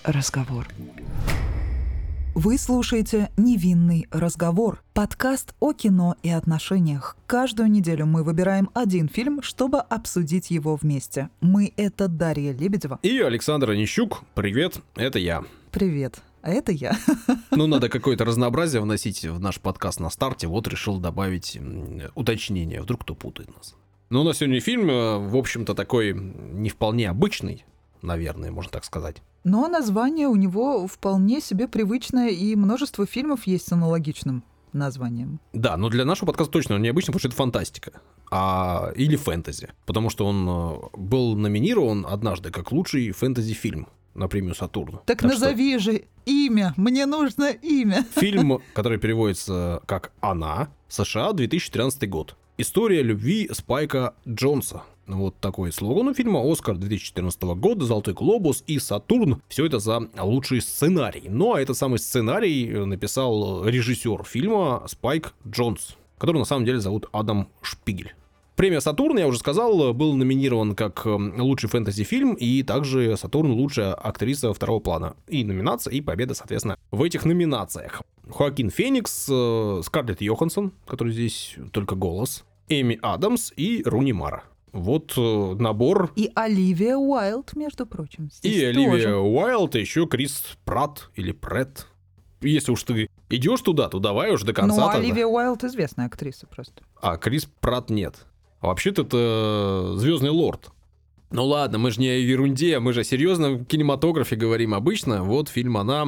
разговор. Вы слушаете «Невинный разговор» – подкаст о кино и отношениях. Каждую неделю мы выбираем один фильм, чтобы обсудить его вместе. Мы – это Дарья Лебедева и Александр Онищук. Привет, это я. Привет, а это я. Ну, надо какое-то разнообразие вносить в наш подкаст на старте. Вот решил добавить уточнение, вдруг кто путает нас. Но у нас сегодня фильм, в общем-то, такой не вполне обычный, наверное, можно так сказать. Но название у него вполне себе привычное, и множество фильмов есть с аналогичным названием. Да, но для нашего подкаста точно он необычный, потому что это фантастика. Или фэнтези. Потому что он был номинирован однажды как лучший фэнтези-фильм на премию «Сатурн». Так назови же имя, мне нужно имя. Фильм, который переводится как «Она», США, 2013 год. История любви Спайка Джонса. Вот такой слоган у фильма. «Оскар» 2014 года, «Золотой глобус» и «Сатурн». Все это за лучший сценарий. Ну, а этот самый сценарий написал режиссер фильма Спайк Джонс, который на самом деле зовут Адам Шпигель. Премия «Сатурн», я уже сказал, был номинирован как лучший фэнтези-фильм, и также «Сатурн» — лучшая актриса второго плана. И номинация, и победа, соответственно, в этих номинациях. Хоакин Феникс, Скарлетт Йоханссон, который здесь только голос, Эми Адамс и Руни Мара. Вот набор. И Оливия Уайлд, между прочим. И Оливия Уайлд, и еще Крис Пратт или Претт. Если уж ты идешь туда, то давай уж до конца. Ну, Оливия Уайлд известная актриса просто. А Крис Пратт нет. А вообще-то это «Звездный лорд». Ну ладно, мы же не о ерунде, мы же о серьезном кинематографе говорим обычно. Вот фильм «Она»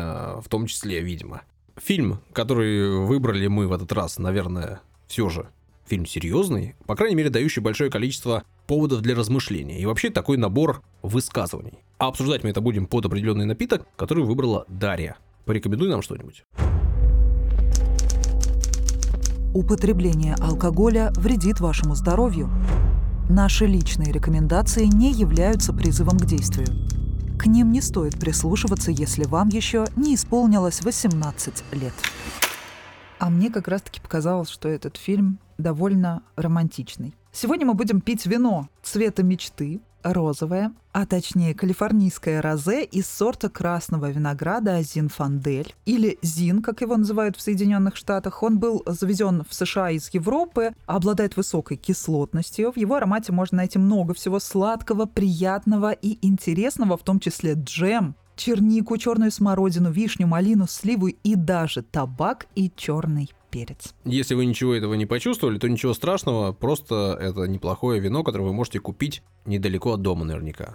в том числе, видимо. Фильм, который выбрали мы в этот раз, наверное, все же фильм серьезный, по крайней мере, дающий большое количество поводов для размышления. И вообще такой набор высказываний. А обсуждать мы это будем под определенный напиток, который выбрала Дарья. Порекомендуй нам что-нибудь. Употребление алкоголя вредит вашему здоровью. Наши личные рекомендации не являются призывом к действию. К ним не стоит прислушиваться, если вам еще не исполнилось 18 лет. А мне как раз-таки показалось, что этот фильм довольно романтичный. Сегодня мы будем пить вино цвета мечты, розовое, а точнее калифорнийское розе из сорта красного винограда Зинфандель, или Зин, как его называют в Соединенных Штатах. Он был завезен в США из Европы, обладает высокой кислотностью. В его аромате можно найти много всего сладкого, приятного и интересного, в том числе джем, чернику, черную смородину, вишню, малину, сливу и даже табак и черный перец. Если вы ничего этого не почувствовали, то ничего страшного, просто это неплохое вино, которое вы можете купить недалеко от дома наверняка.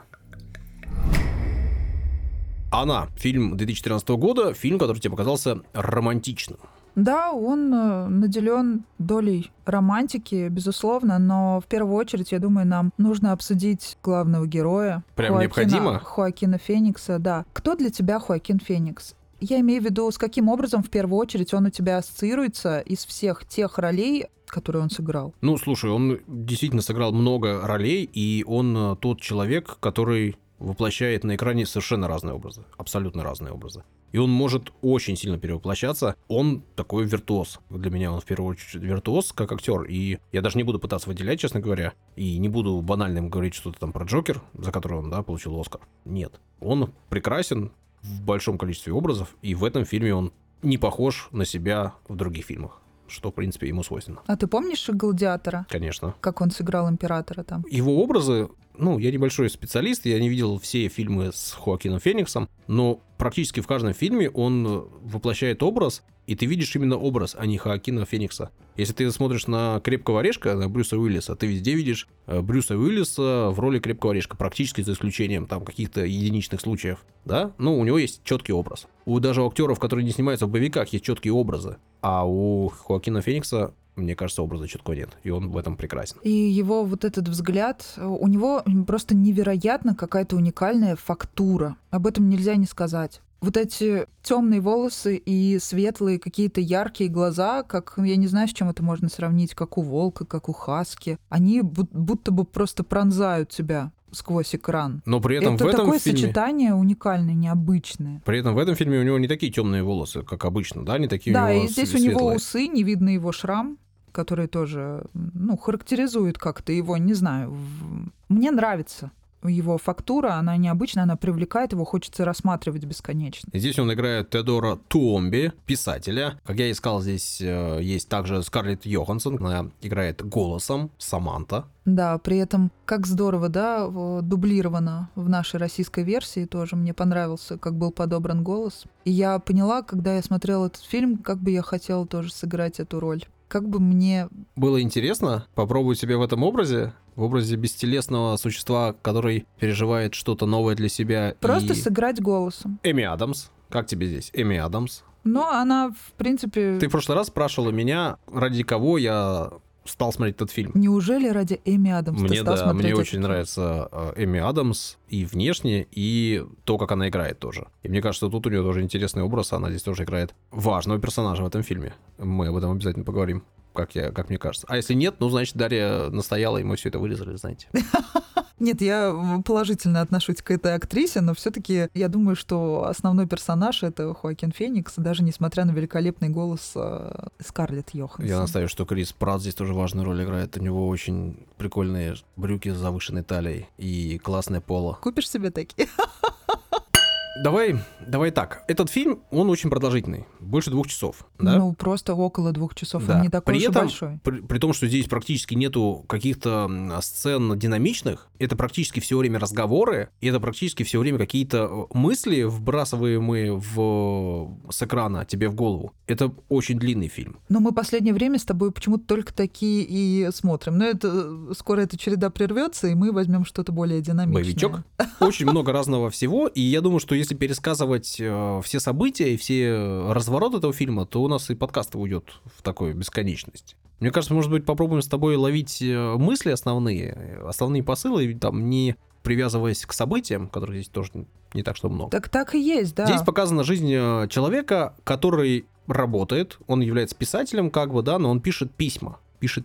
«Она» — фильм 2013 года, фильм, который тебе показался романтичным. Да, он наделен долей романтики, безусловно, но в первую очередь, я думаю, нам нужно обсудить главного героя. Прям необходимо? Хоакина Феникса, да. Кто для тебя Хоакин Феникс? Я имею в виду, с каким образом в первую очередь он у тебя ассоциируется из всех тех ролей, которые он сыграл? Ну, слушай, он действительно сыграл много ролей, и он тот человек, который воплощает на экране совершенно разные образы, абсолютно разные образы. И он может очень сильно перевоплощаться. Он такой виртуоз. Для меня он в первую очередь виртуоз, как актер. И я даже не буду пытаться выделять, честно говоря. И не буду банальным говорить что-то там про Джокер, за который он, да, получил Оскар. Нет. Он прекрасен в большом количестве образов. И в этом фильме он не похож на себя в других фильмах. Что, в принципе, ему свойственно. А ты помнишь «Гладиатора»? Конечно. Как он сыграл императора там? Его образы, я небольшой специалист, я не видел все фильмы с Хоакином Фениксом, но практически в каждом фильме он воплощает образ, и ты видишь именно образ, а не Хоакина Феникса. Если ты смотришь на «Крепкого орешка», на Брюса Уиллиса, ты везде видишь Брюса Уиллиса в роли Крепкого орешка, практически за исключением там каких-то единичных случаев, да? У него есть четкий образ. Даже у актеров, которые не снимаются в боевиках, есть четкие образы, а у Хоакина Феникса, мне кажется, образа четкого нет, и он в этом прекрасен. И его вот этот взгляд, у него просто невероятно какая-то уникальная фактура. Об этом нельзя не сказать. Вот эти темные волосы и светлые какие-то яркие глаза, как, я не знаю, с чем это можно сравнить, как у волка, как у хаски, они будто бы просто пронзают тебя сквозь экран. Но при этом это в этом такое фильме... сочетание уникальное, необычное. При этом в этом фильме у него не такие темные волосы, как обычно, да, не такие у него Да, и здесь светлые. у него усы, не видно его шрам, который тоже, характеризует как-то его, не знаю. Мне нравится. его фактура, она необычная, она привлекает его, хочется рассматривать бесконечно. Здесь он играет Теодора Туомби, писателя. Как я искал, здесь есть также Скарлетт Йоханссон, она играет голосом Саманта. Да, при этом как здорово, да, дублировано в нашей российской версии тоже. Мне понравился, как был подобран голос. И я поняла, когда я смотрела этот фильм, как бы я хотела тоже сыграть эту роль. Как бы мне... Было интересно попробовать себя в этом образе, в образе бестелесного существа, который переживает что-то новое для себя. Просто сыграть голосом. Эми Адамс. Как тебе здесь? Эми Адамс. Но она, в принципе... Ты в прошлый раз спрашивала меня, ради кого я стал смотреть этот фильм. Неужели ради Эми Адамс ты стал смотреть мне этот очень фильм? нравится Эми Адамс и внешне, и то, как она играет тоже. И мне кажется, тут у нее тоже интересный образ, она здесь тоже играет важного персонажа в этом фильме. Мы об этом обязательно поговорим, как мне кажется. А если нет, ну, значит, Дарья настояла, и мы все это вырезали, знаете. Нет, я положительно отношусь к этой актрисе, но все-таки я думаю, что основной персонаж — это Хоакин Феникс, даже несмотря на великолепный голос Скарлетт Йоханссон. Я настаиваю, что Крис Пратт здесь тоже важную роль играет. У него очень прикольные брюки с завышенной талией и классное поло. Купишь себе такие? Давай так. Этот фильм, он очень продолжительный. Больше 2 часов. Да? Ну, просто около 2 часов. Да. Он не такой уж и этом, большой. При том, что здесь практически нету каких-то сцен динамичных, это практически все время разговоры, и это практически все время какие-то мысли, вбрасываемые с экрана тебе в голову. Это очень длинный фильм. Но мы последнее время с тобой почему-то только такие и смотрим. Но скоро эта череда прервется, и мы возьмем что-то более динамичное. Боевичок. Очень много разного всего, и я думаю, что если пересказывать все события и все развороты этого фильма, то у нас и подкаст уйдет в такую бесконечность. Мне кажется, может быть, попробуем с тобой ловить мысли основные посылы, там, не привязываясь к событиям, которых здесь тоже не так, что много. Так и есть, да. Здесь показана жизнь человека, который работает, он является писателем, как бы, да, но он пишет письма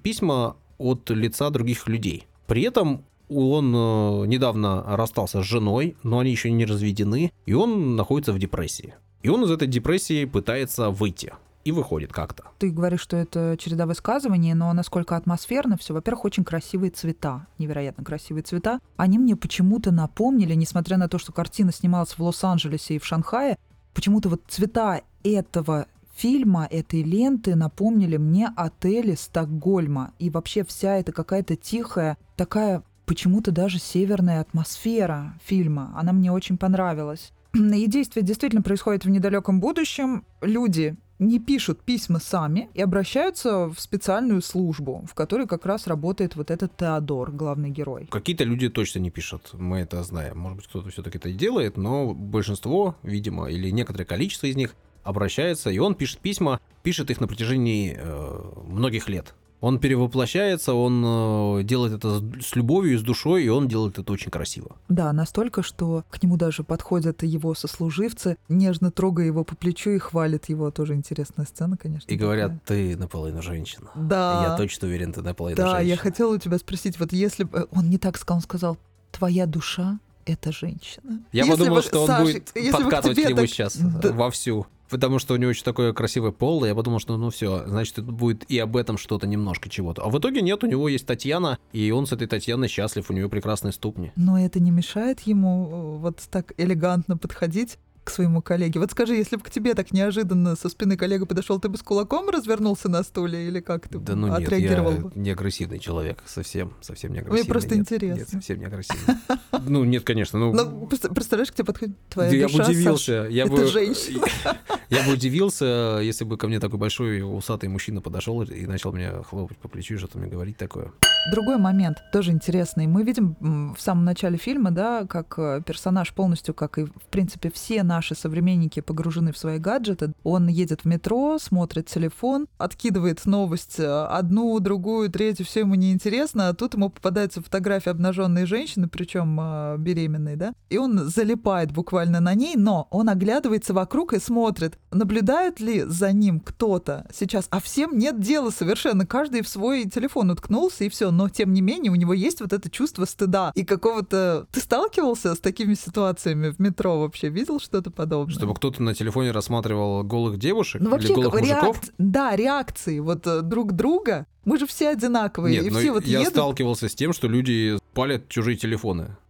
от лица других людей. При этом он недавно расстался с женой, но они еще не разведены, и он находится в депрессии. И он из этой депрессии пытается выйти. И выходит как-то. Ты говоришь, что это череда высказываний, но насколько атмосферно все. Во-первых, очень красивые цвета, невероятно красивые цвета. Они мне почему-то напомнили, несмотря на то, что картина снималась в Лос-Анджелесе и в Шанхае, почему-то вот цвета этого фильма, этой ленты напомнили мне отели Стокгольма. И вообще вся эта какая-то тихая, такая почему-то даже северная атмосфера фильма. Она мне очень понравилась. И действие действительно происходит в недалеком будущем. Люди не пишут письма сами и обращаются в специальную службу, в которой как раз работает вот этот Теодор, главный герой. Какие-то люди точно не пишут, мы это знаем. Может быть, кто-то все-таки это и делает, но большинство, видимо, или некоторое количество из них обращается, и он пишет письма, пишет их на протяжении многих лет. Он перевоплощается, он делает это с любовью и с душой, и он делает это очень красиво. Да, настолько, что к нему даже подходят его сослуживцы, нежно трогая его по плечу и хвалят его. Тоже интересная сцена, конечно. И говорят, ты наполовину женщина. Да. Я точно уверен, ты наполовину женщина. Да, я хотела у тебя спросить, вот если бы... Он не так сказал, он сказал, твоя душа — это женщина. Я Если подумал, бы, что он Саша, будет подкатывать к нему сейчас вовсю. Потому что у него очень такое красивое поло, я подумал, что ну все, значит, это будет и об этом что-то немножко чего-то. А в итоге нет, у него есть Татьяна, и он с этой Татьяной счастлив, у него прекрасные ступни. Но это не мешает ему вот так элегантно подходить к своему коллеге. Вот скажи, если бы к тебе так неожиданно со спины коллега подошел, ты бы с кулаком развернулся на стуле или как ты отреагировал? Нет, я не агрессивный человек, совсем не агрессивный. Мне просто интересно. Нет, совсем не агрессивный. Ну, нет, конечно. Ну, представляешь, к тебе подходит твоя душа, я бы удивился. это женщина. Я бы удивился, если бы ко мне такой большой усатый мужчина подошел и начал меня хлопать по плечу и что-то мне говорить такое. Другой момент, тоже интересный. Мы видим в самом начале фильма, да, как персонаж полностью, как и, в принципе, все наши современники погружены в свои гаджеты. Он едет в метро, смотрит телефон, откидывает новость одну, другую, третью, все ему неинтересно, а тут ему попадается фотография обнаженной женщины, причем беременной, да, и он залипает буквально на ней, но он оглядывается вокруг и смотрит, наблюдает ли за ним кто-то сейчас, а всем нет дела совершенно, каждый в свой телефон уткнулся и все, но тем не менее у него есть вот это чувство стыда и какого-то... Ты сталкивался с такими ситуациями в метро вообще? Видел что-то подобное? Чтобы кто-то на телефоне рассматривал голых девушек ну, или голых мужиков? Да, реакции вот друг друга. Мы же все одинаковые. Нет, и но все вот я едут... сталкивался с тем, что люди палят чужие телефоны.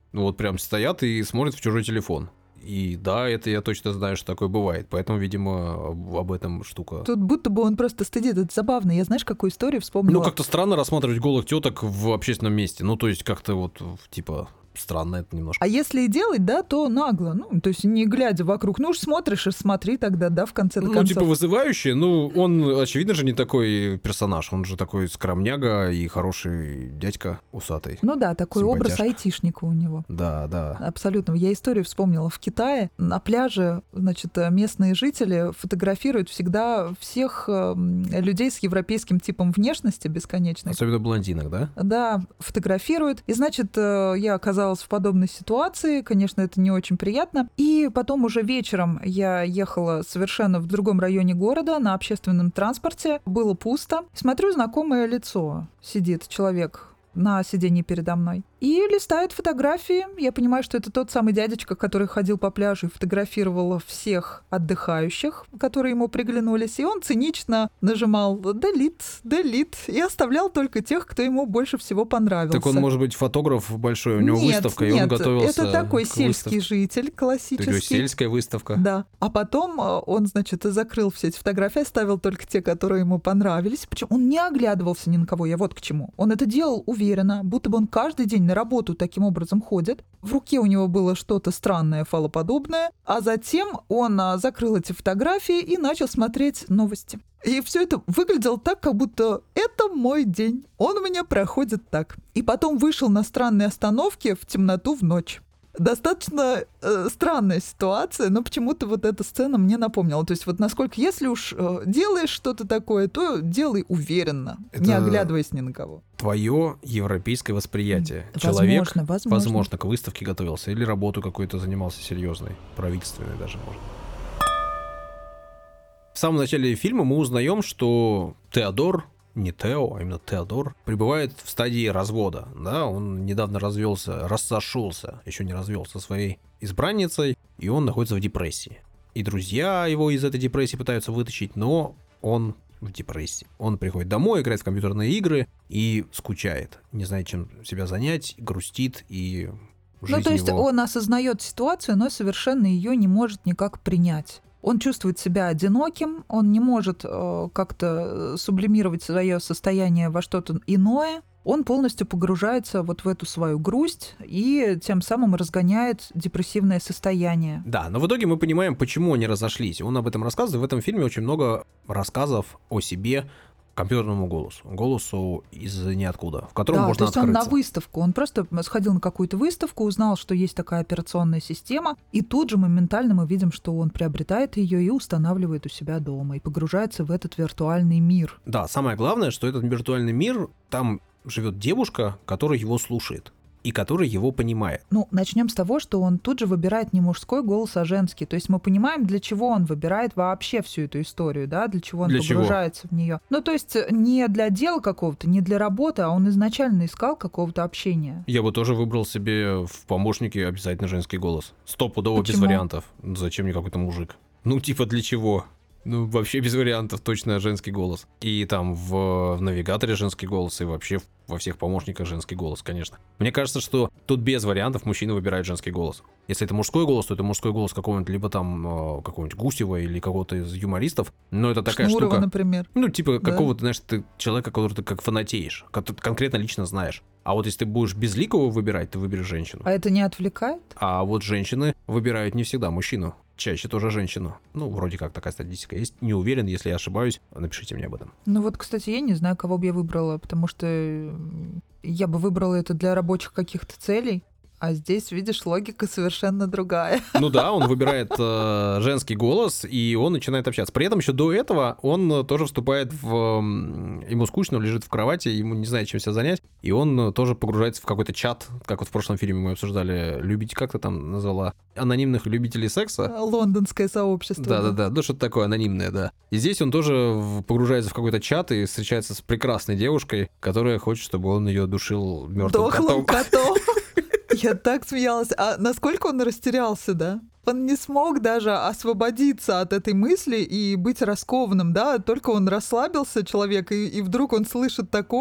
Ну вот прям стоят и смотрят в чужой телефон. И да, это я точно знаю, что такое бывает. Поэтому, видимо, об этом штука. Тут будто бы он просто стыдит. Это забавно. Я знаешь, какую историю вспомнила? Ну, как-то странно рассматривать голых теток в общественном месте. Ну, то есть как-то вот, типа, странно это немножко. А если и делать, да, то нагло. Ну, то есть не глядя вокруг. Ну уж смотришь и смотри тогда, да, в конце Ну, концов. типа вызывающий, ну, он, очевидно же, не такой персонаж. Он же такой скромняга и хороший дядька усатый. Ну да, такой образ Симпатяшка. айтишника у него. Да, да. Абсолютно. Я историю вспомнила. В Китае на пляже, значит, местные жители фотографируют всегда всех людей с европейским типом внешности бесконечной. Особенно блондинок, да? Да, фотографируют. И, значит, я оказалась в подобной ситуации. Конечно, это не очень приятно. И потом уже вечером я ехала совершенно в другом районе города на общественном транспорте. Было пусто. Смотрю, знакомое лицо. Сидит человек на сиденье передо мной. И листает фотографии. Я понимаю, что это тот самый дядечка, который ходил по пляжу и фотографировал всех отдыхающих, которые ему приглянулись. И он цинично нажимал «Delete», «Delete» и оставлял только тех, кто ему больше всего понравился. Так он, может быть, фотограф большой, у него выставка, и он готовился это такой к сельский выставке. житель классический. То есть сельская выставка. Да. А потом он, значит, закрыл все эти фотографии, оставил только те, которые ему понравились. Причем он не оглядывался ни на кого. Я вот к чему. Он это делал уверенно, будто бы он каждый день на работу таким образом ходит. В руке у него было что-то странное, фалоподобное. А затем он закрыл эти фотографии и начал смотреть новости. И все это выглядело так, как будто это мой день. Он у меня проходит так. И потом вышел на странной остановке в темноту в ночь. Достаточно странная ситуация, но почему-то вот эта сцена мне напомнила. То есть вот насколько, если уж делаешь что-то такое, то делай уверенно, не оглядываясь ни на кого. Твое европейское восприятие. Возможно, Человек, возможно, к выставке готовился или работу какой-то занимался серьезной, правительственной даже, может. В самом начале фильма мы узнаем, что Теодор, не Тео, а именно Теодор, пребывает в стадии развода. Да, он недавно рассошелся, еще не развелся со своей избранницей, и он находится в депрессии. И друзья его из этой депрессии пытаются вытащить, но он в депрессии. Он приходит домой, играет в компьютерные игры и скучает, не знает, чем себя занять, грустит, и жизнь Ну, то есть его... он осознает ситуацию, но совершенно ее не может никак принять. Он чувствует себя одиноким, он не может как-то сублимировать свое состояние во что-то иное. Он полностью погружается вот в эту свою грусть и тем самым разгоняет депрессивное состояние. Да, но в итоге мы понимаем, почему они разошлись. Он об этом рассказывает. В этом фильме очень много рассказов о себе компьютерному голосу из ниоткуда, в котором Да, можно то есть открыться. он на выставку, он просто сходил на какую-то выставку, узнал, что есть такая операционная система, и тут же моментально мы видим, что он приобретает ее и устанавливает у себя дома, и погружается в этот виртуальный мир. Да, самое главное, что этот виртуальный мир, там живет девушка, которая его слушает и которая его понимает. Ну, начнем с того, что он тут же выбирает не мужской голос, а женский. То есть мы понимаем, для чего он выбирает вообще всю эту историю, да, для чего он погружается в нее. Ну, то есть не для дела какого-то, не для работы, а он изначально искал какого-то общения. Я бы тоже выбрал себе в помощнике обязательно женский голос. Стопудово, без вариантов. Зачем мне какой-то мужик? Ну, типа, для чего? Ну, вообще без вариантов, точно женский голос. И там в навигаторе женский голос, и вообще во всех помощниках женский голос, конечно. Мне кажется, что тут без вариантов мужчина выбирает женский голос. Если это мужской голос, то это мужской голос какого-нибудь, либо там какого-нибудь Гусева или какого-то из юмористов. Но это такая Шнурова, штука... например. Ну, типа Да. какого-то, знаешь, ты человека, которого ты как фанатеешь, который конкретно лично знаешь. А вот если ты будешь безликого выбирать, ты выберешь женщину. А это не отвлекает? А вот женщины выбирают не всегда мужчину. Чаще тоже женщину. Ну, вроде как такая статистика есть. Не уверен, если я ошибаюсь, напишите мне об этом. Ну вот, кстати, я не знаю, кого бы я выбрала, потому что я бы выбрала это для рабочих каких-то целей. А здесь, видишь, логика совершенно другая. Ну да, он выбирает женский голос, и он начинает общаться. При этом еще до этого он тоже вступает в... Ему скучно, он лежит в кровати, ему не знает, чем себя занять, и он тоже погружается в какой-то чат, как вот в прошлом фильме мы обсуждали, любить, как ты там назвала, анонимных любителей секса. Лондонское сообщество. Да-да-да, ну что-то такое анонимное, да. И здесь он тоже погружается в какой-то чат и встречается с прекрасной девушкой, которая хочет, чтобы он ее душил мертвым Дохлым котом. котом. Я так смеялась. А насколько он растерялся, да? Он не смог даже освободиться от этой мысли и быть раскованным, да? Только он расслабился, человек, и вдруг он слышит такое.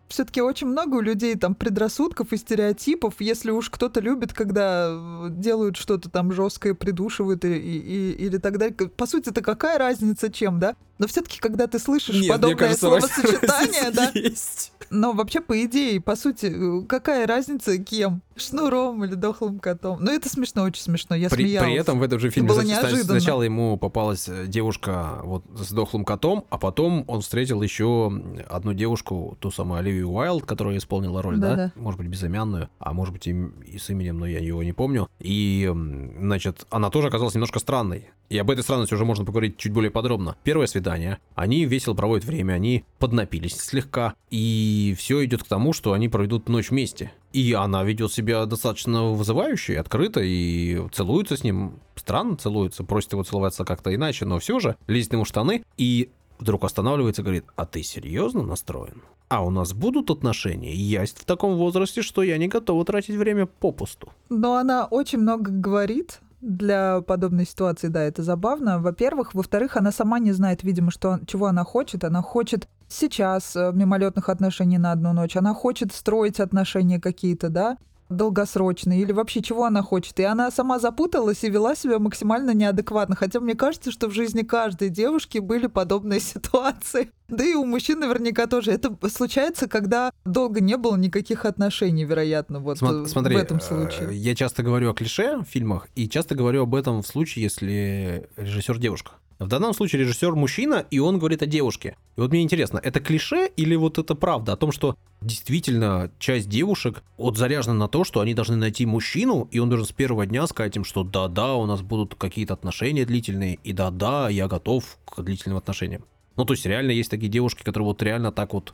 Все-таки очень много у людей там предрассудков и стереотипов, если уж кто-то любит, когда делают что-то там жесткое, придушивают или так далее. По сути, это какая разница чем, да? Но все-таки, когда ты слышишь подобное словосочетание, да, есть. но вообще, по идее, по сути, какая разница кем? Шнуром или дохлым котом? Ну, это смешно, очень смешно, я смеялась. При этом в этом же фильме было неожиданно. сначала ему попалась девушка вот с дохлым котом, а потом он встретил еще одну девушку, ту самую Оливию Уайлд, которая исполнила роль, да? Может быть, безымянную, а может быть, и с именем, но я его не помню. И, значит, она тоже оказалась немножко странной. И об этой странности уже можно поговорить чуть более подробно. Первое свидание. Они весело проводят время, они поднапились слегка. И все идет к тому, что они проведут ночь вместе. И она ведет себя достаточно вызывающе, открыто, и целуется с ним. Странно целуется, просит его целоваться как-то иначе, но все же лезет ему в штаны. И вдруг останавливается и говорит: а ты серьезно настроен? А у нас будут отношения? Я в таком возрасте, что я не готова тратить время попусту. Но она очень много говорит для подобной ситуации, да, это забавно. Во-первых. Во-вторых, она сама не знает, видимо, чего она хочет. Она хочет сейчас мимолетных отношений на одну ночь. Она хочет строить отношения какие-то, да, долгосрочные, или вообще чего она хочет. И она сама запуталась и вела себя максимально неадекватно. Хотя мне кажется, что в жизни каждой девушки были подобные ситуации. Да и у мужчин наверняка тоже. Это случается, когда долго не было никаких отношений, вероятно, вот Смотри, в этом случае. Я часто говорю о клише в фильмах, и часто говорю об этом в случае, если режиссер девушка. В данном случае режиссер мужчина, и он говорит о девушке. И вот мне интересно, это клише или вот это правда о том, что действительно часть девушек вот заряжена на то, что они должны найти мужчину, и он должен с первого дня сказать им, что да-да, у нас будут какие-то отношения длительные, и да-да, я готов к длительным отношениям. Ну, то есть реально есть такие девушки, которые вот реально так вот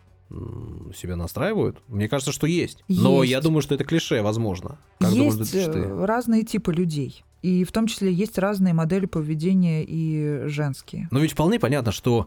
себя настраивают? Мне кажется, что есть. Но я думаю, что это клише, возможно. Как есть разные типы людей. И в том числе есть разные модели поведения и женские. Но ведь вполне понятно, что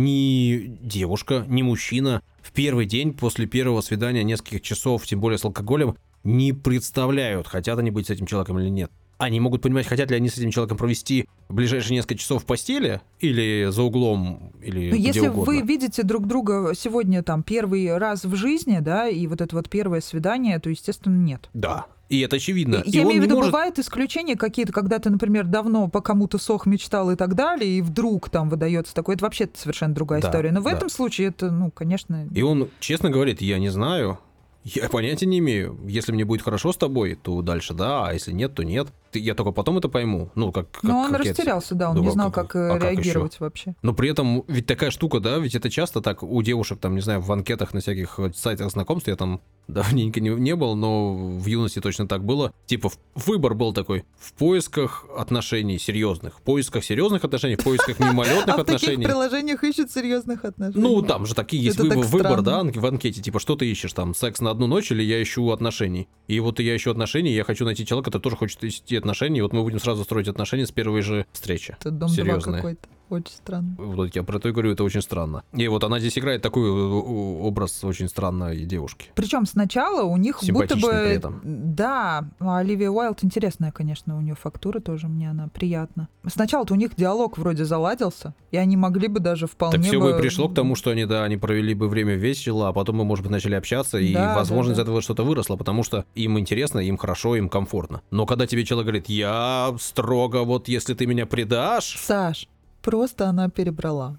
ни девушка, ни мужчина в первый день после первого свидания нескольких часов, тем более с алкоголем, не представляют, хотят они быть с этим человеком или нет. Они могут понимать, хотят ли они с этим человеком провести ближайшие несколько часов в постели или за углом, или где если угодно. Вы видите друг друга сегодня там первый раз в жизни, да, и вот это вот первое свидание, то, естественно, нет. Да. И это очевидно. Я имею в виду, бывают исключения какие-то, когда ты, например, давно по кому-то сох мечтал и так далее, и вдруг там выдается такое. Это вообще совершенно другая история. Но в этом случае это, ну, конечно... И он честно говорит: я не знаю, я понятия не имею. Если мне будет хорошо с тобой, то дальше да, а если нет, то нет. Я только потом это пойму. Ну, он растерялся, да, он не знал, как реагировать вообще. Но при этом ведь такая штука, да, ведь это часто так у девушек, там, не знаю, в анкетах на всяких сайтах знакомств, я там давненько не был, но в юности точно так было. Типа выбор был такой: в поисках отношений серьезных, в поисках серьезных отношений, в поисках мимолетных отношений. А в таких приложениях ищут серьезных отношений? Ну, там же такие есть выбор, да, в анкете, типа, что ты ищешь, там, секс на одну ночь или я ищу отношений? И вот я ищу отношений, я хочу найти человека, который тоже хочет идти отношений, и вот мы будем сразу строить отношения с первой же встречи. Это дом 2 какой-то. Очень странно. Вот я про это и говорю, это очень странно. И вот она здесь играет такой образ очень странной девушки. Причем сначала у них будто бы... при этом. Да, Оливия Уайлд интересная, конечно, у нее фактура тоже, мне она приятна. Сначала-то у них диалог вроде заладился, и они могли бы даже вполне Так все бы пришло к тому, что они провели бы время весело, а потом мы, может быть, начали общаться, и, возможно, из этого что-то выросло, потому что им интересно, им хорошо, им комфортно. Но когда тебе человек говорит: я строго, вот если ты меня предашь... Саш, просто она перебрала.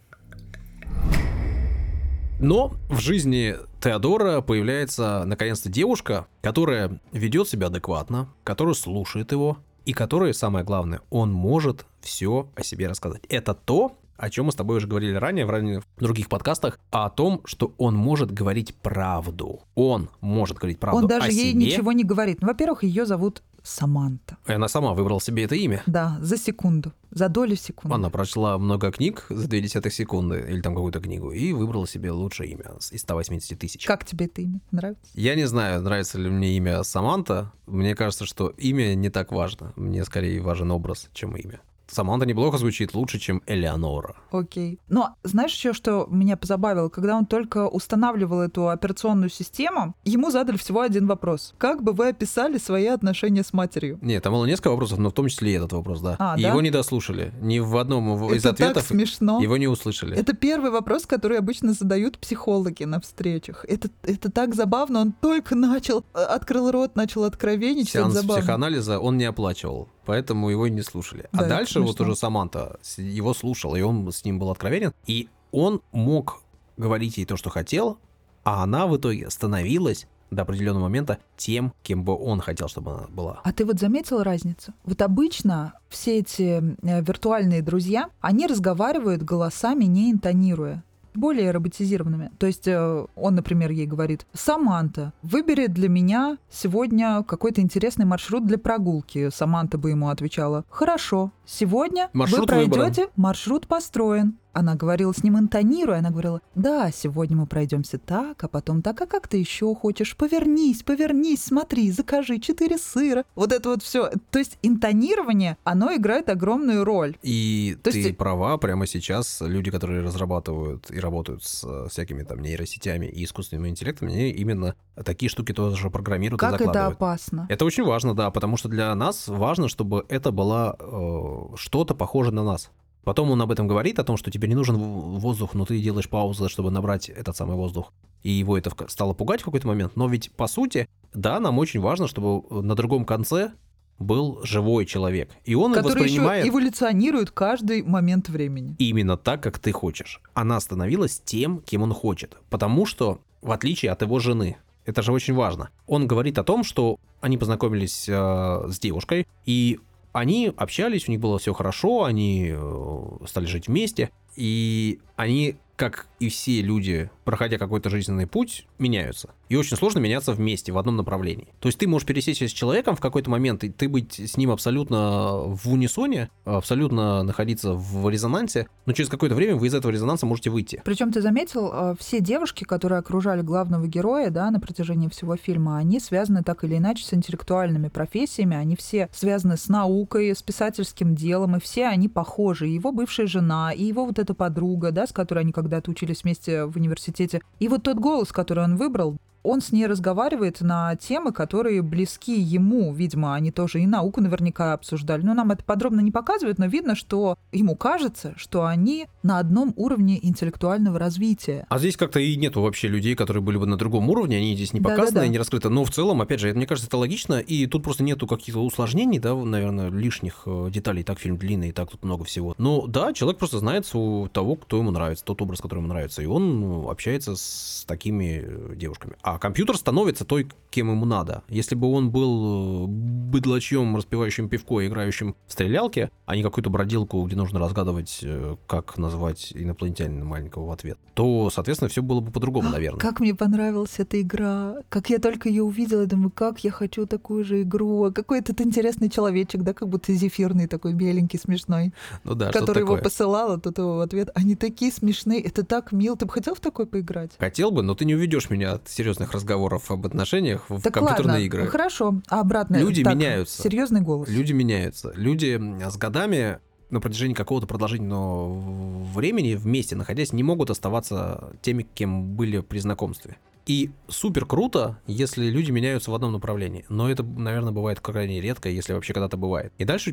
Но в жизни Теодора появляется наконец-то девушка, которая ведет себя адекватно, которая слушает его, и которая, самое главное, он может все о себе рассказать. Это то, о чем мы с тобой уже говорили ранее в других подкастах, о том, что он может говорить правду. Он может говорить правду о себе. Он даже ей ничего не говорит. Ну, во-первых, ее зовут Саманта. И она сама выбрала себе это имя. Да, за секунду, за долю секунды. Она прочла много книг за 0,2 секунды, или там какую-то книгу, и выбрала себе лучшее имя из 180 тысяч. Как тебе это имя? Нравится? Я не знаю, нравится ли мне имя Саманта. Мне кажется, что имя не так важно. Мне скорее важен образ, чем имя. Саманта неплохо звучит, лучше, чем Элеонора. Окей. Но знаешь еще, что меня позабавило? Когда он только устанавливал эту операционную систему, ему задали всего один вопрос. Как бы вы описали свои отношения с матерью? Нет, там было несколько вопросов, но в том числе и этот вопрос, да. А, И да? его не дослушали. Ни в одном из Это ответов так смешно. его не услышали. Это первый вопрос, который обычно задают психологи на встречах. Это так забавно. Он только открыл рот, начал откровенничать. Сеанс это забавно. психоанализа он не оплачивал, поэтому его и не слушали. Да, А это дальше вот смешно. уже Саманта его слушала, и он с ним был откровенен. И он мог говорить ей то, что хотел, а она в итоге становилась до определенного момента тем, кем бы он хотел, чтобы она была. А ты вот заметила разницу? Вот обычно все эти виртуальные друзья, они разговаривают голосами, не интонируя, более роботизированными. То есть он, например, ей говорит: «Саманта, выбери для меня сегодня какой-то интересный маршрут для прогулки». Саманта бы ему отвечала: «Хорошо, сегодня Маршрут вы пройдете, выбран. маршрут построен». Она говорила с ним интонируя, она говорила: «Да, сегодня мы пройдемся так, а потом так, а как ты еще хочешь? Повернись, смотри, закажи 4 сыра». Вот это вот все. То есть интонирование, оно играет огромную роль. И То ты есть- права, прямо сейчас люди, которые разрабатывают и работают с всякими там нейросетями и искусственным интеллектом, они именно такие штуки тоже программируют и Как это закладывают. опасно. Это очень важно, да, потому что для нас важно, чтобы это было что-то похожее на нас. Потом он об этом говорит, о том, что тебе не нужен воздух, но ты делаешь паузу, чтобы набрать этот самый воздух. И его это стало пугать в какой-то момент. Но ведь, по сути, да, нам очень важно, чтобы на другом конце был живой человек. И он Который воспринимает еще эволюционирует каждый момент времени. именно так, как ты хочешь. Она становилась тем, кем он хочет. Потому что, в отличие от его жены, это же очень важно, он говорит о том, что они познакомились с девушкой, и они общались, у них было все хорошо, они стали жить вместе, и они, как и все люди, проходя какой-то жизненный путь, меняются. И очень сложно меняться вместе, в одном направлении. То есть ты можешь пересечься с человеком в какой-то момент, и ты быть с ним абсолютно в унисоне, абсолютно находиться в резонансе, но через какое-то время вы из этого резонанса можете выйти. Причем ты заметил, все девушки, которые окружали главного героя, да, на протяжении всего фильма, они связаны так или иначе с интеллектуальными профессиями, они все связаны с наукой, с писательским делом, и все они похожи. И его бывшая жена, и его вот эта подруга, да, с которой они когда-то учились вместе в университете. И вот тот голос, который он выбрал, он с ней разговаривает на темы, которые близки ему. Видимо, они тоже и науку наверняка обсуждали. Но нам это подробно не показывают, но видно, что ему кажется, что они на одном уровне интеллектуального развития. А здесь как-то и нету вообще людей, которые были бы на другом уровне, они здесь не Да-да-да. показаны и не раскрыты. Но в целом, опять же, мне кажется, это логично, и тут просто нету каких-то усложнений, да, наверное, лишних деталей. Так фильм длинный, и так тут много всего. Но да, человек просто знает того, кто ему нравится, тот образ, который ему нравится, и он общается с такими девушками. А компьютер становится той, кем ему надо. Если бы он был быдлачьем, распивающим пивко и играющим в стрелялки, а не какую-то бродилку, где нужно разгадывать, как назвать инопланетянина маленького в ответ, то, соответственно, все было бы по-другому, наверное. Как мне понравилась эта игра. Как я только ее увидела, я думаю, как я хочу такую же игру. Какой этот интересный человечек, да, как будто зефирный такой, беленький, смешной, Ну да, что который его такое. посылал, а тут его в ответ. Они такие смешные, это так мило. Ты бы хотел в такой поиграть? Хотел бы, но ты не уведешь меня от серьезных разговоров об отношениях в Так компьютерные ладно, игры. хорошо. А обратно? Люди Так, меняются. Серьезный голос. Люди меняются. Люди с годами на протяжении какого-то продолжительного времени вместе находясь не могут оставаться теми, кем были при знакомстве. И супер круто, если люди меняются в одном направлении. Но это, наверное, бывает крайне редко, если вообще когда-то бывает. И дальше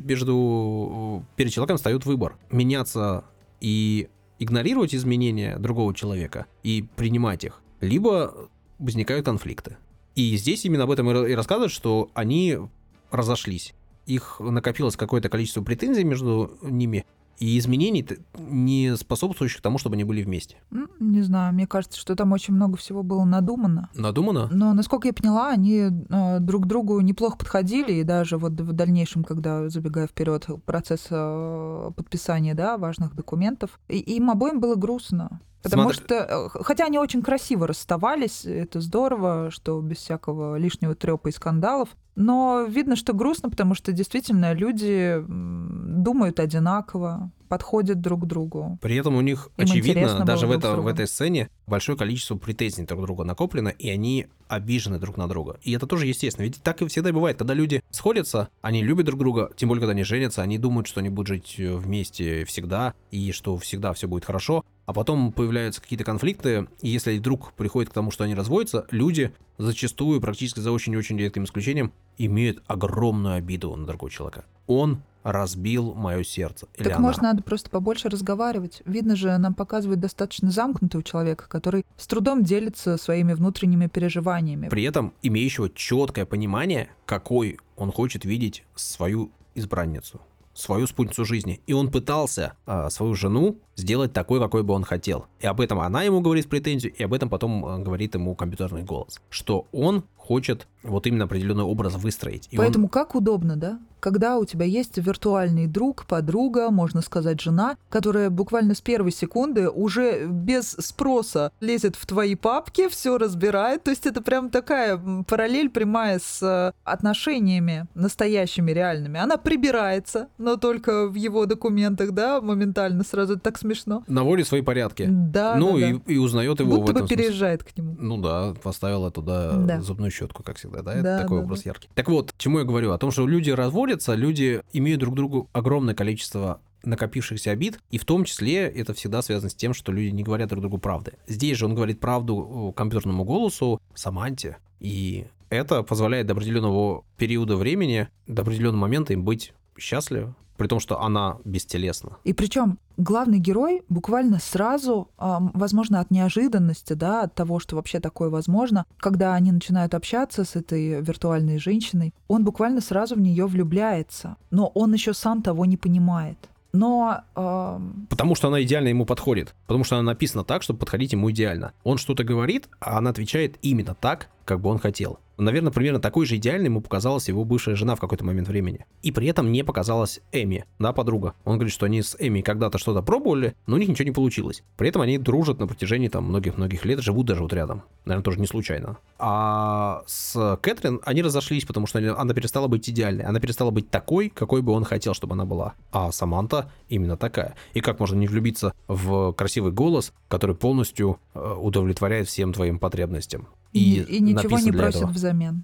перед человеком встает выбор. Меняться и игнорировать изменения другого человека и принимать их. Либо возникают конфликты. И здесь именно об этом и рассказывают, что они разошлись. Их накопилось какое-то количество претензий между ними и изменений, не способствующих тому, чтобы они были вместе. Не знаю, мне кажется, что там очень много всего было надумано. Надумано? Но, насколько я поняла, они друг к другу неплохо подходили, и даже вот в дальнейшем, когда, забегая вперед, процесс подписания, да, важных документов, им обоим было грустно. Потому что, хотя они очень красиво расставались, это здорово, что без всякого лишнего трёпа и скандалов, но видно, что грустно, потому что действительно люди думают одинаково, подходят друг к другу. При этом у них, Им интересно очевидно, было даже друг с в другом. этой сцене большое количество претензий друг к другу накоплено, и они обижены друг на друга. И это тоже естественно. Ведь так и всегда бывает, когда люди сходятся, они любят друг друга, тем более, когда они женятся, они думают, что они будут жить вместе всегда, и что всегда все будет хорошо. А потом появляются какие-то конфликты, и если вдруг приходит к тому, что они разводятся, люди зачастую, практически за очень-очень редким исключением, имеют огромную обиду на другого человека. Он разбил мое сердце. Или Так она. может, надо просто побольше разговаривать. Видно же, нам показывают достаточно замкнутого человека, который с трудом делится своими внутренними переживаниями. При этом имеющего четкое понимание, какой он хочет видеть свою избранницу, свою спутницу жизни. И он пытался свою жену сделать такой, какой бы он хотел. И об этом она ему говорит в претензию, и об этом потом говорит ему компьютерный голос. Что он хочет вот именно определенный образ выстроить. И Поэтому как удобно, да? Когда у тебя есть виртуальный друг, подруга, можно сказать, жена, которая буквально с первой секунды уже без спроса лезет в твои папки, все разбирает. То есть это прям такая параллель прямая с отношениями настоящими, реальными. Она прибирается, но только в его документах, да, моментально сразу. Это так смешно. наводит свои порядки. Да, Ну да, и, да. и узнает его в Будто этом бы смысле. переезжает к нему. Ну да, поставила туда Да. зубную щетку, как всегда, да? Да, Это такой да, образ яркий. Так вот, чему я говорю? О том, что люди разводятся, люди имеют друг к другу огромное количество накопившихся обид, и в том числе это всегда связано с тем, что люди не говорят друг другу правды. Здесь же он говорит правду компьютерному голосу Саманте, и это позволяет до определенного периода времени, до определенного момента им быть счастливым, при том, что она бестелесна. И причем главный герой буквально сразу, возможно, от неожиданности, да, от того, что вообще такое возможно, когда они начинают общаться с этой виртуальной женщиной, он буквально сразу в нее влюбляется, но он еще сам того не понимает. Но Потому что она идеально ему подходит. Потому что она написана так, чтобы подходить ему идеально. Он что-то говорит, а она отвечает именно так, как бы он хотел. Наверное, примерно такой же идеальной ему показалась его бывшая жена в какой-то момент времени. И при этом не показалась Эми, да, подруга. Он говорит, что они с Эми когда-то что-то пробовали, но у них ничего не получилось. При этом они дружат на протяжении там многих-многих лет, живут даже вот рядом. Наверное, тоже не случайно. А с Кэтрин они разошлись, потому что она перестала быть идеальной. Она перестала быть такой, какой бы он хотел, чтобы она была. А Саманта именно такая. И как можно не влюбиться в красивый голос, который полностью удовлетворяет всем твоим потребностям? и ничего написан не для просит этого. взамен.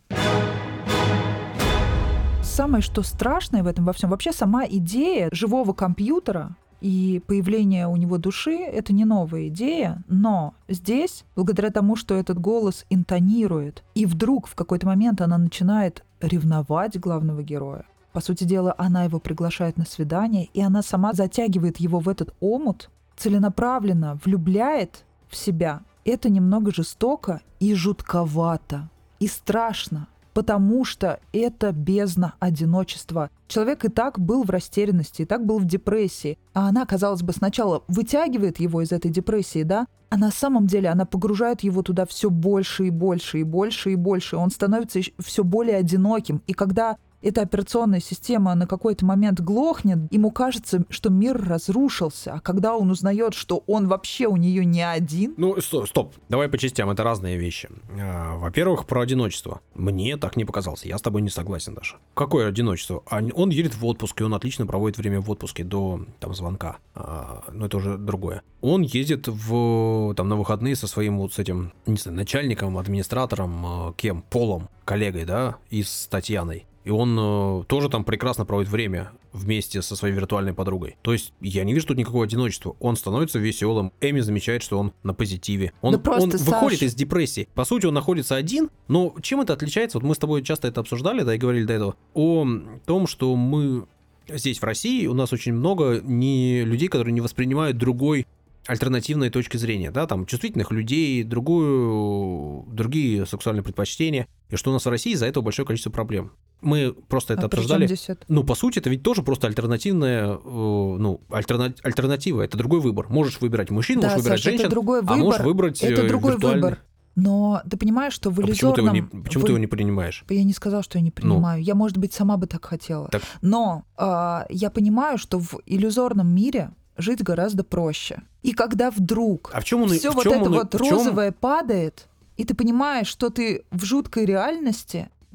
Самое, что страшное в этом во всем, вообще сама идея живого компьютера и появление у него души — это не новая идея, но здесь, благодаря тому, что этот голос интонирует, и вдруг в какой-то момент она начинает ревновать главного героя. По сути дела, она его приглашает на свидание, и она сама затягивает его в этот омут, целенаправленно влюбляет в себя. Это немного жестоко и жутковато, и страшно, потому что это бездна одиночества. Человек и так был в растерянности, и так был в депрессии, а она, казалось бы, сначала вытягивает его из этой депрессии, да, а на самом деле она погружает его туда все больше и больше, и больше, и больше. Он становится все более одиноким, и когда эта операционная система на какой-то момент глохнет, ему кажется, что мир разрушился. А когда он узнает, что он вообще у нее не один... Ну, стоп, давай по частям, это разные вещи. Во-первых, про одиночество. Мне так не показалось, я с тобой не согласен даже. Какое одиночество? Он едет в отпуск, и он отлично проводит время в отпуске до там звонка. Но это уже другое. Он ездит на выходные со своим вот с этим, не знаю, начальником, администратором, Полом, коллегой, да, и с Татьяной. И он тоже там прекрасно проводит время вместе со своей виртуальной подругой. То есть я не вижу тут никакого одиночества. Он становится веселым. Эми замечает, что он на позитиве. Он выходит из депрессии. По сути, он находится один. Но чем это отличается? Вот мы с тобой часто это обсуждали, да, и говорили до этого. О том, что мы здесь, в России, у нас очень много людей, которые не воспринимают другой альтернативные точки зрения, да, там, чувствительных людей, другие сексуальные предпочтения, и что у нас в России из-за этого большое количество проблем. Мы просто это обсуждали. Ну, по сути, это ведь тоже просто альтернативная, альтернатива, это другой выбор. Можешь выбирать мужчин, да, можешь выбирать Саша, женщин, это другой выбор, а можешь выбрать это другой виртуальный. Выбор. Но ты понимаешь, что в иллюзорном... Почему ты его не принимаешь? Я не сказала, что я не принимаю. Я, может быть, сама бы так хотела. Так. Но я понимаю, что в иллюзорном мире жить гораздо проще. И когда вдруг все вот это вот розовое падает, и ты понимаешь, что ты в жуткой реальности,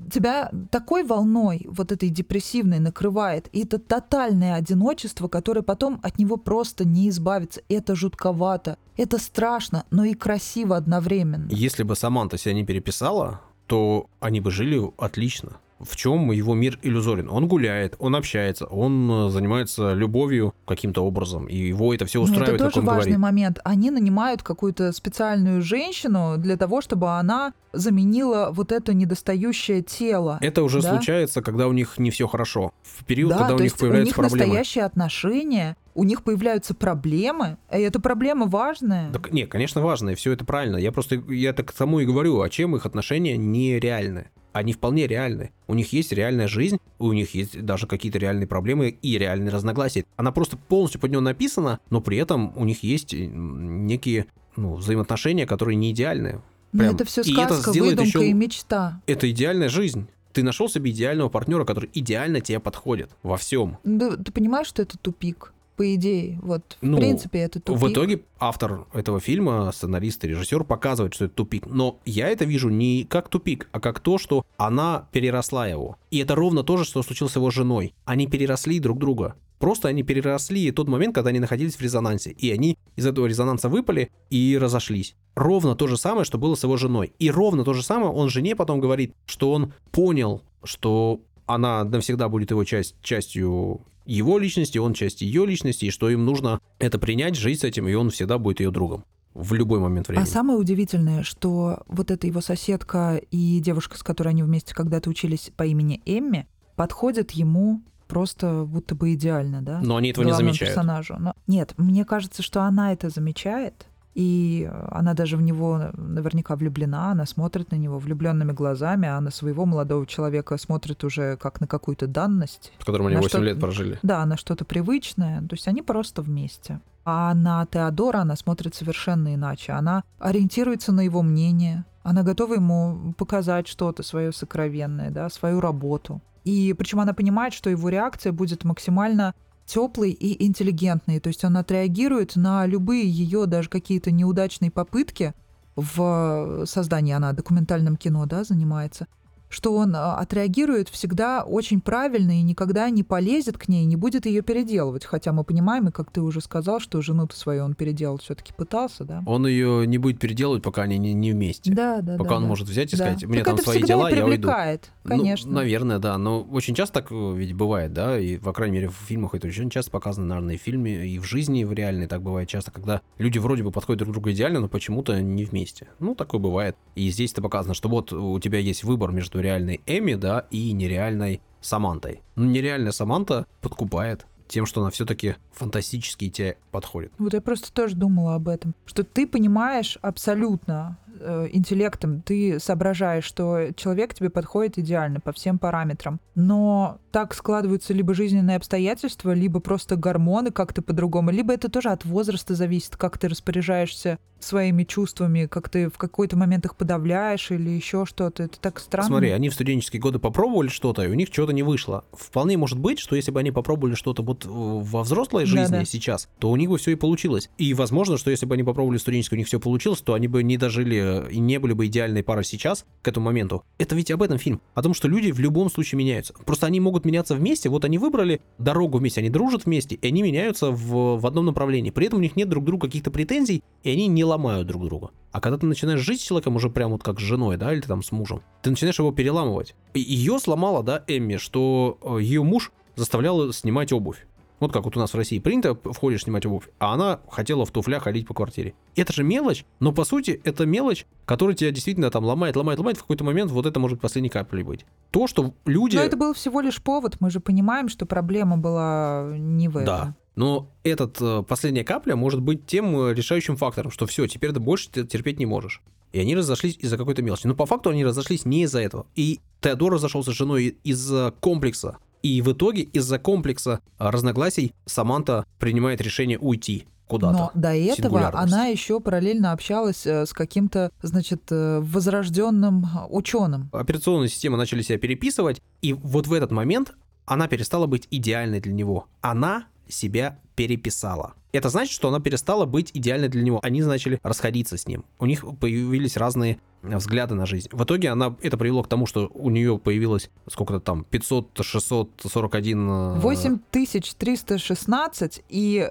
тебя такой волной вот этой депрессивной накрывает, и это тотальное одиночество, которое потом от него просто не избавиться. Это жутковато, это страшно, но и красиво одновременно. Если бы Саманта себя не переписала, то они бы жили отлично. В чем его мир иллюзорен? Он гуляет, он общается, он занимается любовью каким-то образом, и его это все устраивает, это как тоже он важный говорит. момент. Они нанимают какую-то специальную женщину для того, чтобы она заменила вот это недостающее тело. Это уже да? случается, когда у них не все хорошо. В период, Да, когда у то них есть появляются у них проблемы. настоящие отношения, у них появляются проблемы, и эта проблема важная. Так, не, конечно, важно, и все это правильно. Я так к тому и говорю, а чем их отношения нереальны? Они вполне реальны. У них есть реальная жизнь, у них есть даже какие-то реальные проблемы и реальные разногласия. Она просто полностью под нее написана, но при этом у них есть некие взаимоотношения, которые не идеальные. Но это все сказка, выдумка и мечта. Это идеальная жизнь. Ты нашел себе идеального партнера, который идеально тебе подходит во всем. Да, ты понимаешь, что это тупик? По идее, вот в принципе это тупик. В итоге автор этого фильма, сценарист и режиссер показывает, что это тупик. Но я это вижу не как тупик, а как то, что она переросла его. И это ровно то же, что случилось с его женой. Они переросли друг друга. Просто они переросли тот момент, когда они находились в резонансе. И они из этого резонанса выпали и разошлись. Ровно то же самое, что было с его женой. И ровно то же самое он жене потом говорит, что он понял, что она навсегда будет его частью его личности, он часть ее личности, и что им нужно это принять, жить с этим, и он всегда будет ее другом. В любой момент времени. А самое удивительное, что вот эта его соседка и девушка, с которой они вместе когда-то учились по имени Эмми, подходят ему просто будто бы идеально, да? Но они этого не замечают. Персонажу. Но нет, мне кажется, что она это замечает, и она даже в него наверняка влюблена, она смотрит на него влюбленными глазами, а на своего молодого человека смотрит уже как на какую-то данность. С которым они 8 лет прожили. Да, на что-то привычное. То есть они просто вместе. А на Теодора она смотрит совершенно иначе. Она ориентируется на его мнение, она готова ему показать что-то свое сокровенное, да, свою работу. И причем она понимает, что его реакция будет максимально теплый и интеллигентный. То есть он отреагирует на любые ее даже какие-то неудачные попытки в создании, она документальным кино, да, занимается, что он отреагирует всегда очень правильно и никогда не полезет к ней, не будет ее переделывать. Хотя мы понимаем, и как ты уже сказал, что жену-то свою он переделать все-таки пытался, да? Он ее не будет переделывать, пока они не вместе. Да. Пока он может взять и сказать, у меня так там свои дела, я уйду. Конечно. Ну, наверное, да. Но очень часто так ведь бывает, да, и, по крайней мере, в фильмах это очень часто показано, наверное, и в фильме, и в жизни, и в реальной так бывает часто, когда люди вроде бы подходят друг к другу идеально, но почему-то не вместе. Ну, такое бывает. И здесь это показано, что вот у тебя есть выбор между реальной Эми, да, и нереальной Самантой. Ну, нереальная Саманта подкупает тем, что она все-таки фантастически тебе подходит. Вот я просто тоже думала об этом, что ты понимаешь абсолютно интеллектом, ты соображаешь, что человек тебе подходит идеально по всем параметрам, но так складываются либо жизненные обстоятельства, либо просто гормоны как-то по-другому, либо это тоже от возраста зависит, как ты распоряжаешься своими чувствами, как ты в какой-то момент их подавляешь или еще что-то. Это так странно. Смотри, они в студенческие годы попробовали что-то, и у них что-то не вышло. Вполне может быть, что если бы они попробовали что-то вот во взрослой жизни сейчас, то у них бы все и получилось. И возможно, что если бы они попробовали студенческую, у них все получилось, то они бы не дожили и не были бы идеальной парой сейчас, к этому моменту. Это ведь об этом фильм. О том, что люди в любом случае меняются. Просто они могут меняться вместе. Вот они выбрали дорогу вместе, они дружат вместе, и они меняются в одном направлении. При этом у них нет друг к другу каких-то претензий, и они не ломают друг друга. А когда ты начинаешь жить с человеком уже прям вот как с женой, да, или ты там с мужем, ты начинаешь его переламывать. И ее сломала, да, Эмми, что ее муж заставлял снимать обувь. Вот как вот у нас в России принято, входишь снимать обувь, а она хотела в туфлях ходить по квартире. Это же мелочь, но по сути это мелочь, которая тебя действительно там ломает, в какой-то момент вот это может последней каплей быть. То, что люди... Но это был всего лишь повод, мы же понимаем, что проблема была не в этом. Да, но последняя капля может быть тем решающим фактором, что все, теперь ты больше терпеть не можешь. И они разошлись из-за какой-то мелочи. Но по факту они разошлись не из-за этого. И Теодор разошелся с женой из-за комплекса. И в итоге из-за комплекса разногласий Саманта принимает решение уйти куда-то. Но до этого она еще параллельно общалась с каким-то, значит, возрожденным ученым. Операционные системы начали себя переписывать, и вот в этот момент она перестала быть идеальной для него. Она себя переписала. Это значит, что она перестала быть идеальной для него. Они начали расходиться с ним. У них появились разные взгляды на жизнь. В итоге это привело к тому, что у нее появилось сколько-то там 641... 8316, и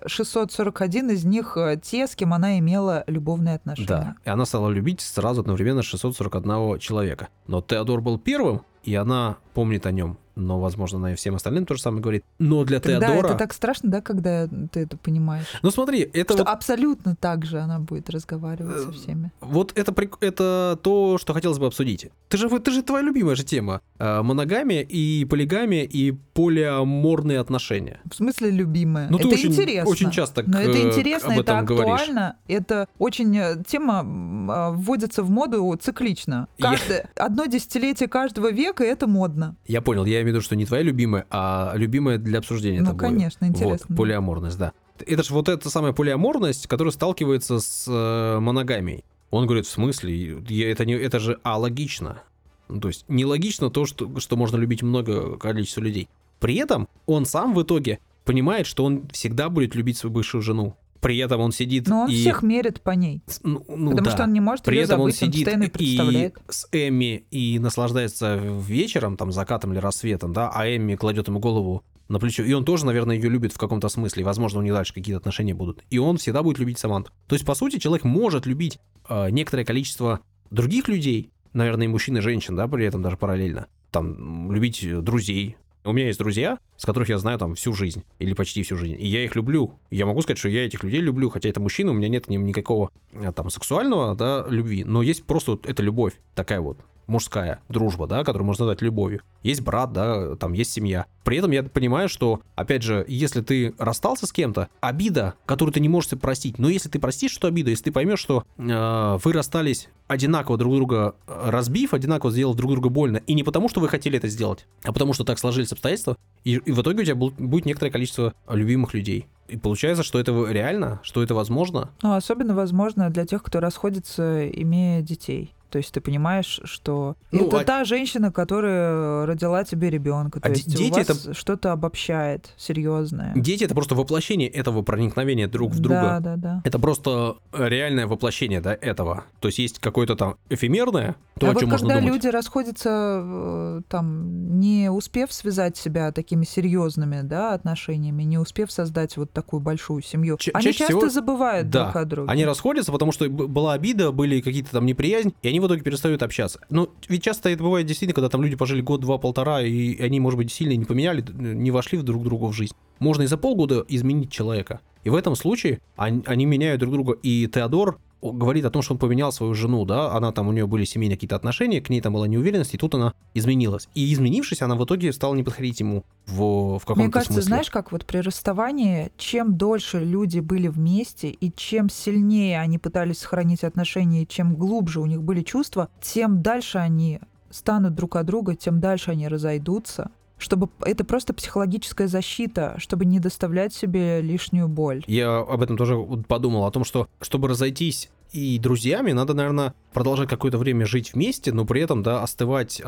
641 из них те, с кем она имела любовные отношения. Да, и она стала любить сразу одновременно 641 человека. Но Теодор был первым, и она помнит о нем. Но, возможно, она и всем остальным то же самое говорит. Но для Тогда Теодора... это так страшно, да, когда ты это понимаешь? Ну смотри, это что вот... абсолютно так же она будет разговаривать со всеми. Вот это то, что хотелось бы обсудить. Ты же твоя любимая же тема. Моногамия и полигамия и полиаморные отношения. В смысле любимая? Ну, это ты очень, интересно. очень часто Но это интересно, об это этом говоришь. актуально. Это очень... Тема вводится в моду циклично. Одно десятилетие каждого века, и это модно. Я понял, я имею в виду, что не твоя любимая, а любимая для обсуждения. Ну, конечно, интересно. Вот, полиаморность, да. Это же вот эта самая полиаморность, которая сталкивается с моногамией. Он говорит, в смысле? Это же алогично. Ну, то есть нелогично то, что можно любить много количества людей. При этом он сам в итоге понимает, что он всегда будет любить свою бывшую жену. При этом он сидит Но он и... всех мерит по ней. Потому да. что он не может При ее этом забыть, он сидит постоянно и представляет. с Эмми и наслаждается вечером, там, закатом или рассветом, да, а Эмми кладет ему голову на плечо. И он тоже, наверное, ее любит в каком-то смысле. Возможно, у них дальше какие-то отношения будут. И он всегда будет любить Саманту. То есть, по сути, человек может любить некоторое количество других людей, наверное, и мужчин, и женщин, да, при этом даже параллельно. Там, любить друзей. У меня есть друзья, с которых я знаю там всю жизнь, или почти всю жизнь, и я их люблю. Я могу сказать, что я этих людей люблю, хотя это мужчины, у меня нет к ним никакого там сексуального, да, любви, но есть просто вот эта любовь, такая вот мужская дружба, да, которую можно назвать любовью. Есть брат, да, там есть семья. При этом я понимаю, что, опять же, если ты расстался с кем-то, обида, которую ты не можешь себе простить, но если ты простишь эту обиду, если ты поймешь, что вы расстались одинаково друг друга разбив, одинаково сделав друг друга больно, и не потому, что вы хотели это сделать, а потому, что так сложились обстоятельства, и в итоге у тебя будет некоторое количество любимых людей. И получается, что это реально, что это возможно. Ну, особенно возможно для тех, кто расходится, имея детей. То есть ты понимаешь, что это та женщина, которая родила тебе ребенка. То есть дети у вас что-то обобщает серьезное. Дети — это просто воплощение этого проникновения друг в друга. Да. Это просто реальное воплощение, да, этого. То есть есть какое-то там эфемерное, то, о чем вот можно когда думать. люди расходятся, там, не успев связать себя такими серьезными, да, отношениями, не успев создать вот такую большую семью, они часто забывают друг о друге. Они расходятся, потому что была обида, были какие-то там неприязнь, и они в итоге перестают общаться. Ну, ведь часто это бывает действительно, когда там люди пожили год, два, полтора, и они, может быть, сильно не поменяли, не вошли в друг другу в жизнь. Можно и за полгода изменить человека. И в этом случае они меняют друг друга. И Теодор говорит о том, что он поменял свою жену, да, она там, у нее были семейные какие-то отношения, к ней там была неуверенность, и тут она изменилась. И изменившись, она в итоге стала не подходить ему в каком-то смысле. Мне кажется, знаешь, как вот при расставании, чем дольше люди были вместе, и чем сильнее они пытались сохранить отношения, и чем глубже у них были чувства, тем дальше они станут друг от друга, тем дальше они разойдутся. Чтобы это просто психологическая защита, чтобы не доставлять себе лишнюю боль. Я об этом тоже подумал, о том, что чтобы разойтись и друзьями, надо, наверное, продолжать какое-то время жить вместе, но при этом, да, остывать,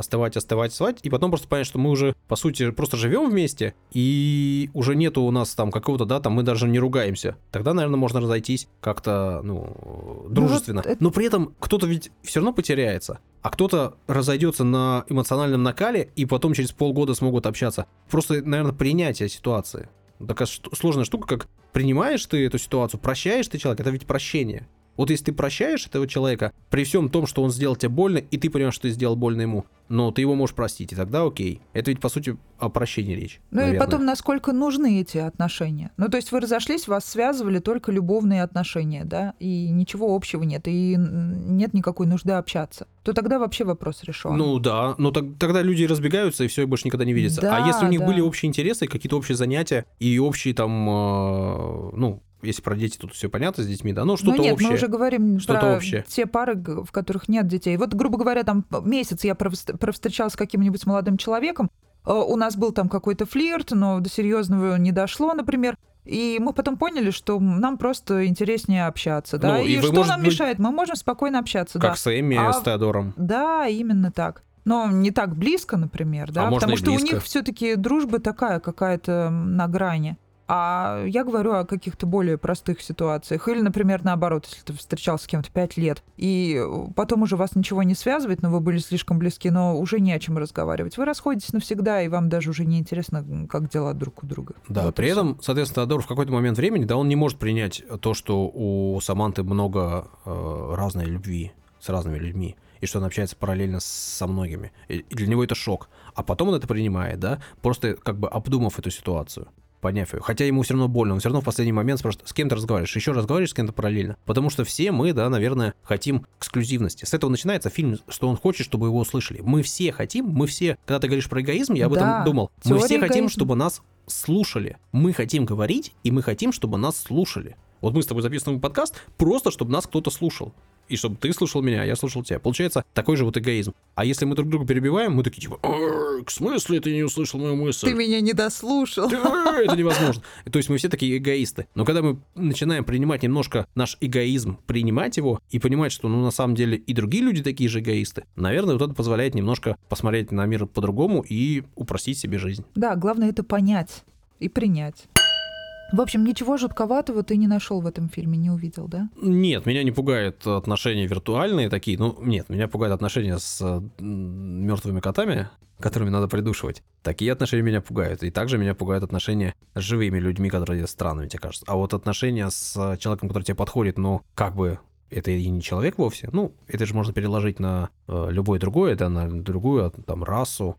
и потом просто понять, что мы уже, по сути, просто живем вместе, и уже нету у нас там какого-то, да, там мы даже не ругаемся. Тогда, наверное, можно разойтись как-то, дружественно. Но при этом кто-то ведь все равно потеряется, а кто-то разойдется на эмоциональном накале, и потом через полгода смогут общаться. Просто, наверное, принятие ситуации. Такая сложная штука, как принимаешь ты эту ситуацию, прощаешь ты человека, это ведь прощение. Вот если ты прощаешь этого человека, при всем том, что он сделал тебе больно, и ты понимаешь, что ты сделал больно ему, но ты его можешь простить, и тогда окей. Это ведь, по сути, о прощении речь. Наверное. И потом, насколько нужны эти отношения. То есть вы разошлись, вас связывали только любовные отношения, да, и ничего общего нет, и нет никакой нужды общаться. То тогда вообще вопрос решен. Ну да, но тогда люди разбегаются, и все, и больше никогда не видятся. Да, а если у них были общие интересы, какие-то общие занятия, и общие там, если про дети тут все понятно с детьми, да, что-то нет, общее. мы уже говорим про общее. те пары, в которых нет детей. Вот, грубо говоря, там месяц я провстречалась с каким-нибудь молодым человеком, у нас был там какой-то флирт, но до серьезного не дошло, например, и мы потом поняли, что нам просто интереснее общаться, да, и что нам мешает? Мы можем спокойно общаться, как да. с Эмми, с Теодором. Да, именно так. Но не так близко, например, да, потому что у них все-таки дружба такая какая-то на грани. А я говорю о каких-то более простых ситуациях. Или, например, наоборот, если ты встречался с кем-то 5 лет, и потом уже вас ничего не связывает, но вы были слишком близки, но уже не о чем разговаривать. Вы расходитесь навсегда, и вам даже уже не интересно, как дела друг у друга. Да, вот при этом, соответственно, Теодор в какой-то момент времени, да, он не может принять то, что у Саманты много разной любви с разными людьми, и что он общается параллельно со многими. И для него это шок. А потом он это принимает, да, просто как бы обдумав эту ситуацию, поняв ее. Хотя ему все равно больно, он все равно в последний момент спрашивает, с кем ты разговариваешь, еще разговариваешь с кем-то параллельно. Потому что все мы, да, наверное, хотим эксклюзивности. С этого начинается фильм, что он хочет, чтобы его услышали. Мы все хотим, когда ты говоришь про эгоизм, я об этом думал. Мы все хотим, чтобы нас слушали. Мы хотим говорить, и мы хотим, чтобы нас слушали. Вот мы с тобой записываем подкаст, просто чтобы нас кто-то слушал. И чтобы ты слушал меня, я слушал тебя. Получается такой же вот эгоизм. А если мы друг друга перебиваем, мы такие типа, в смысле ты не услышал мою мысль? Ты меня не дослушал. Это невозможно. То есть мы все такие эгоисты. Но когда мы начинаем принимать немножко наш эгоизм, принимать его и понимать, что на самом деле и другие люди такие же эгоисты, наверное, вот это позволяет немножко посмотреть на мир по-другому и упростить себе жизнь. Да, главное это понять и принять. В общем, ничего жутковатого ты не нашел в этом фильме, не увидел, да? Нет, меня не пугают отношения виртуальные такие. Нет, меня пугают отношения с мертвыми котами, которыми надо придушивать. Такие отношения меня пугают. И также меня пугают отношения с живыми людьми, которые странными, тебе кажется. А вот отношения с человеком, который тебе подходит, но как бы это и не человек вовсе. Это же можно переложить на любое другое, да, на другую там расу,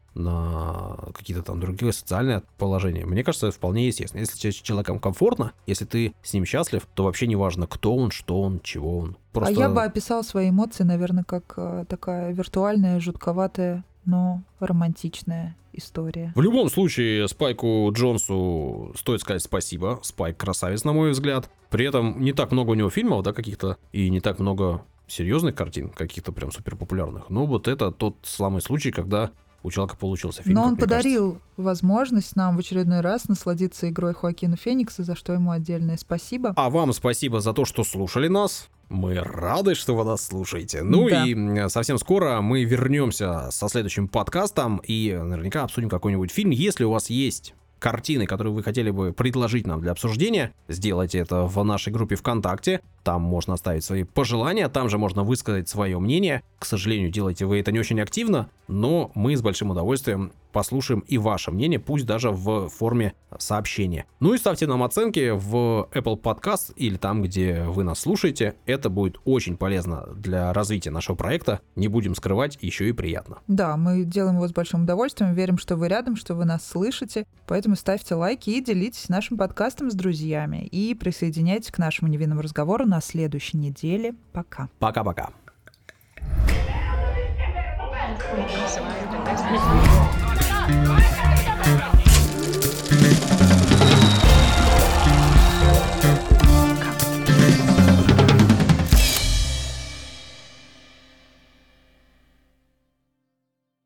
на какие-то там другие социальные положения. Мне кажется, это вполне естественно. Если тебе с человеком комфортно, если ты с ним счастлив, то вообще не важно, кто он, что он, чего он. Просто... А я бы описала свои эмоции, наверное, как такая виртуальная, жутковатая, но романтичная история. В любом случае, Спайку Джонсу стоит сказать спасибо. Спайк красавец, на мой взгляд. При этом не так много у него фильмов, да, каких-то, и не так много серьезных картин, каких-то прям суперпопулярных. Но вот это тот самый случай, когда у человека получился фильм. Но он подарил возможность нам в очередной раз насладиться игрой Хоакина Феникса, за что ему отдельное спасибо. А вам спасибо за то, что слушали нас. Мы рады, что вы нас слушаете. Да. И совсем скоро мы вернемся со следующим подкастом и наверняка обсудим какой-нибудь фильм. Если у вас есть картины, которые вы хотели бы предложить нам для обсуждения, сделайте это в нашей группе ВКонтакте. Там можно оставить свои пожелания, там же можно высказать свое мнение. К сожалению, делаете вы это не очень активно, но мы с большим удовольствием послушаем и ваше мнение, пусть даже в форме сообщения. И ставьте нам оценки в Apple Podcast или там, где вы нас слушаете. Это будет очень полезно для развития нашего проекта. Не будем скрывать, еще и приятно. Да, мы делаем его с большим удовольствием, верим, что вы рядом, что вы нас слышите. Поэтому ставьте лайки и делитесь нашим подкастом с друзьями. И присоединяйтесь к нашему невинному разговору на следующей неделе. Пока. Пока-пока. Thank you.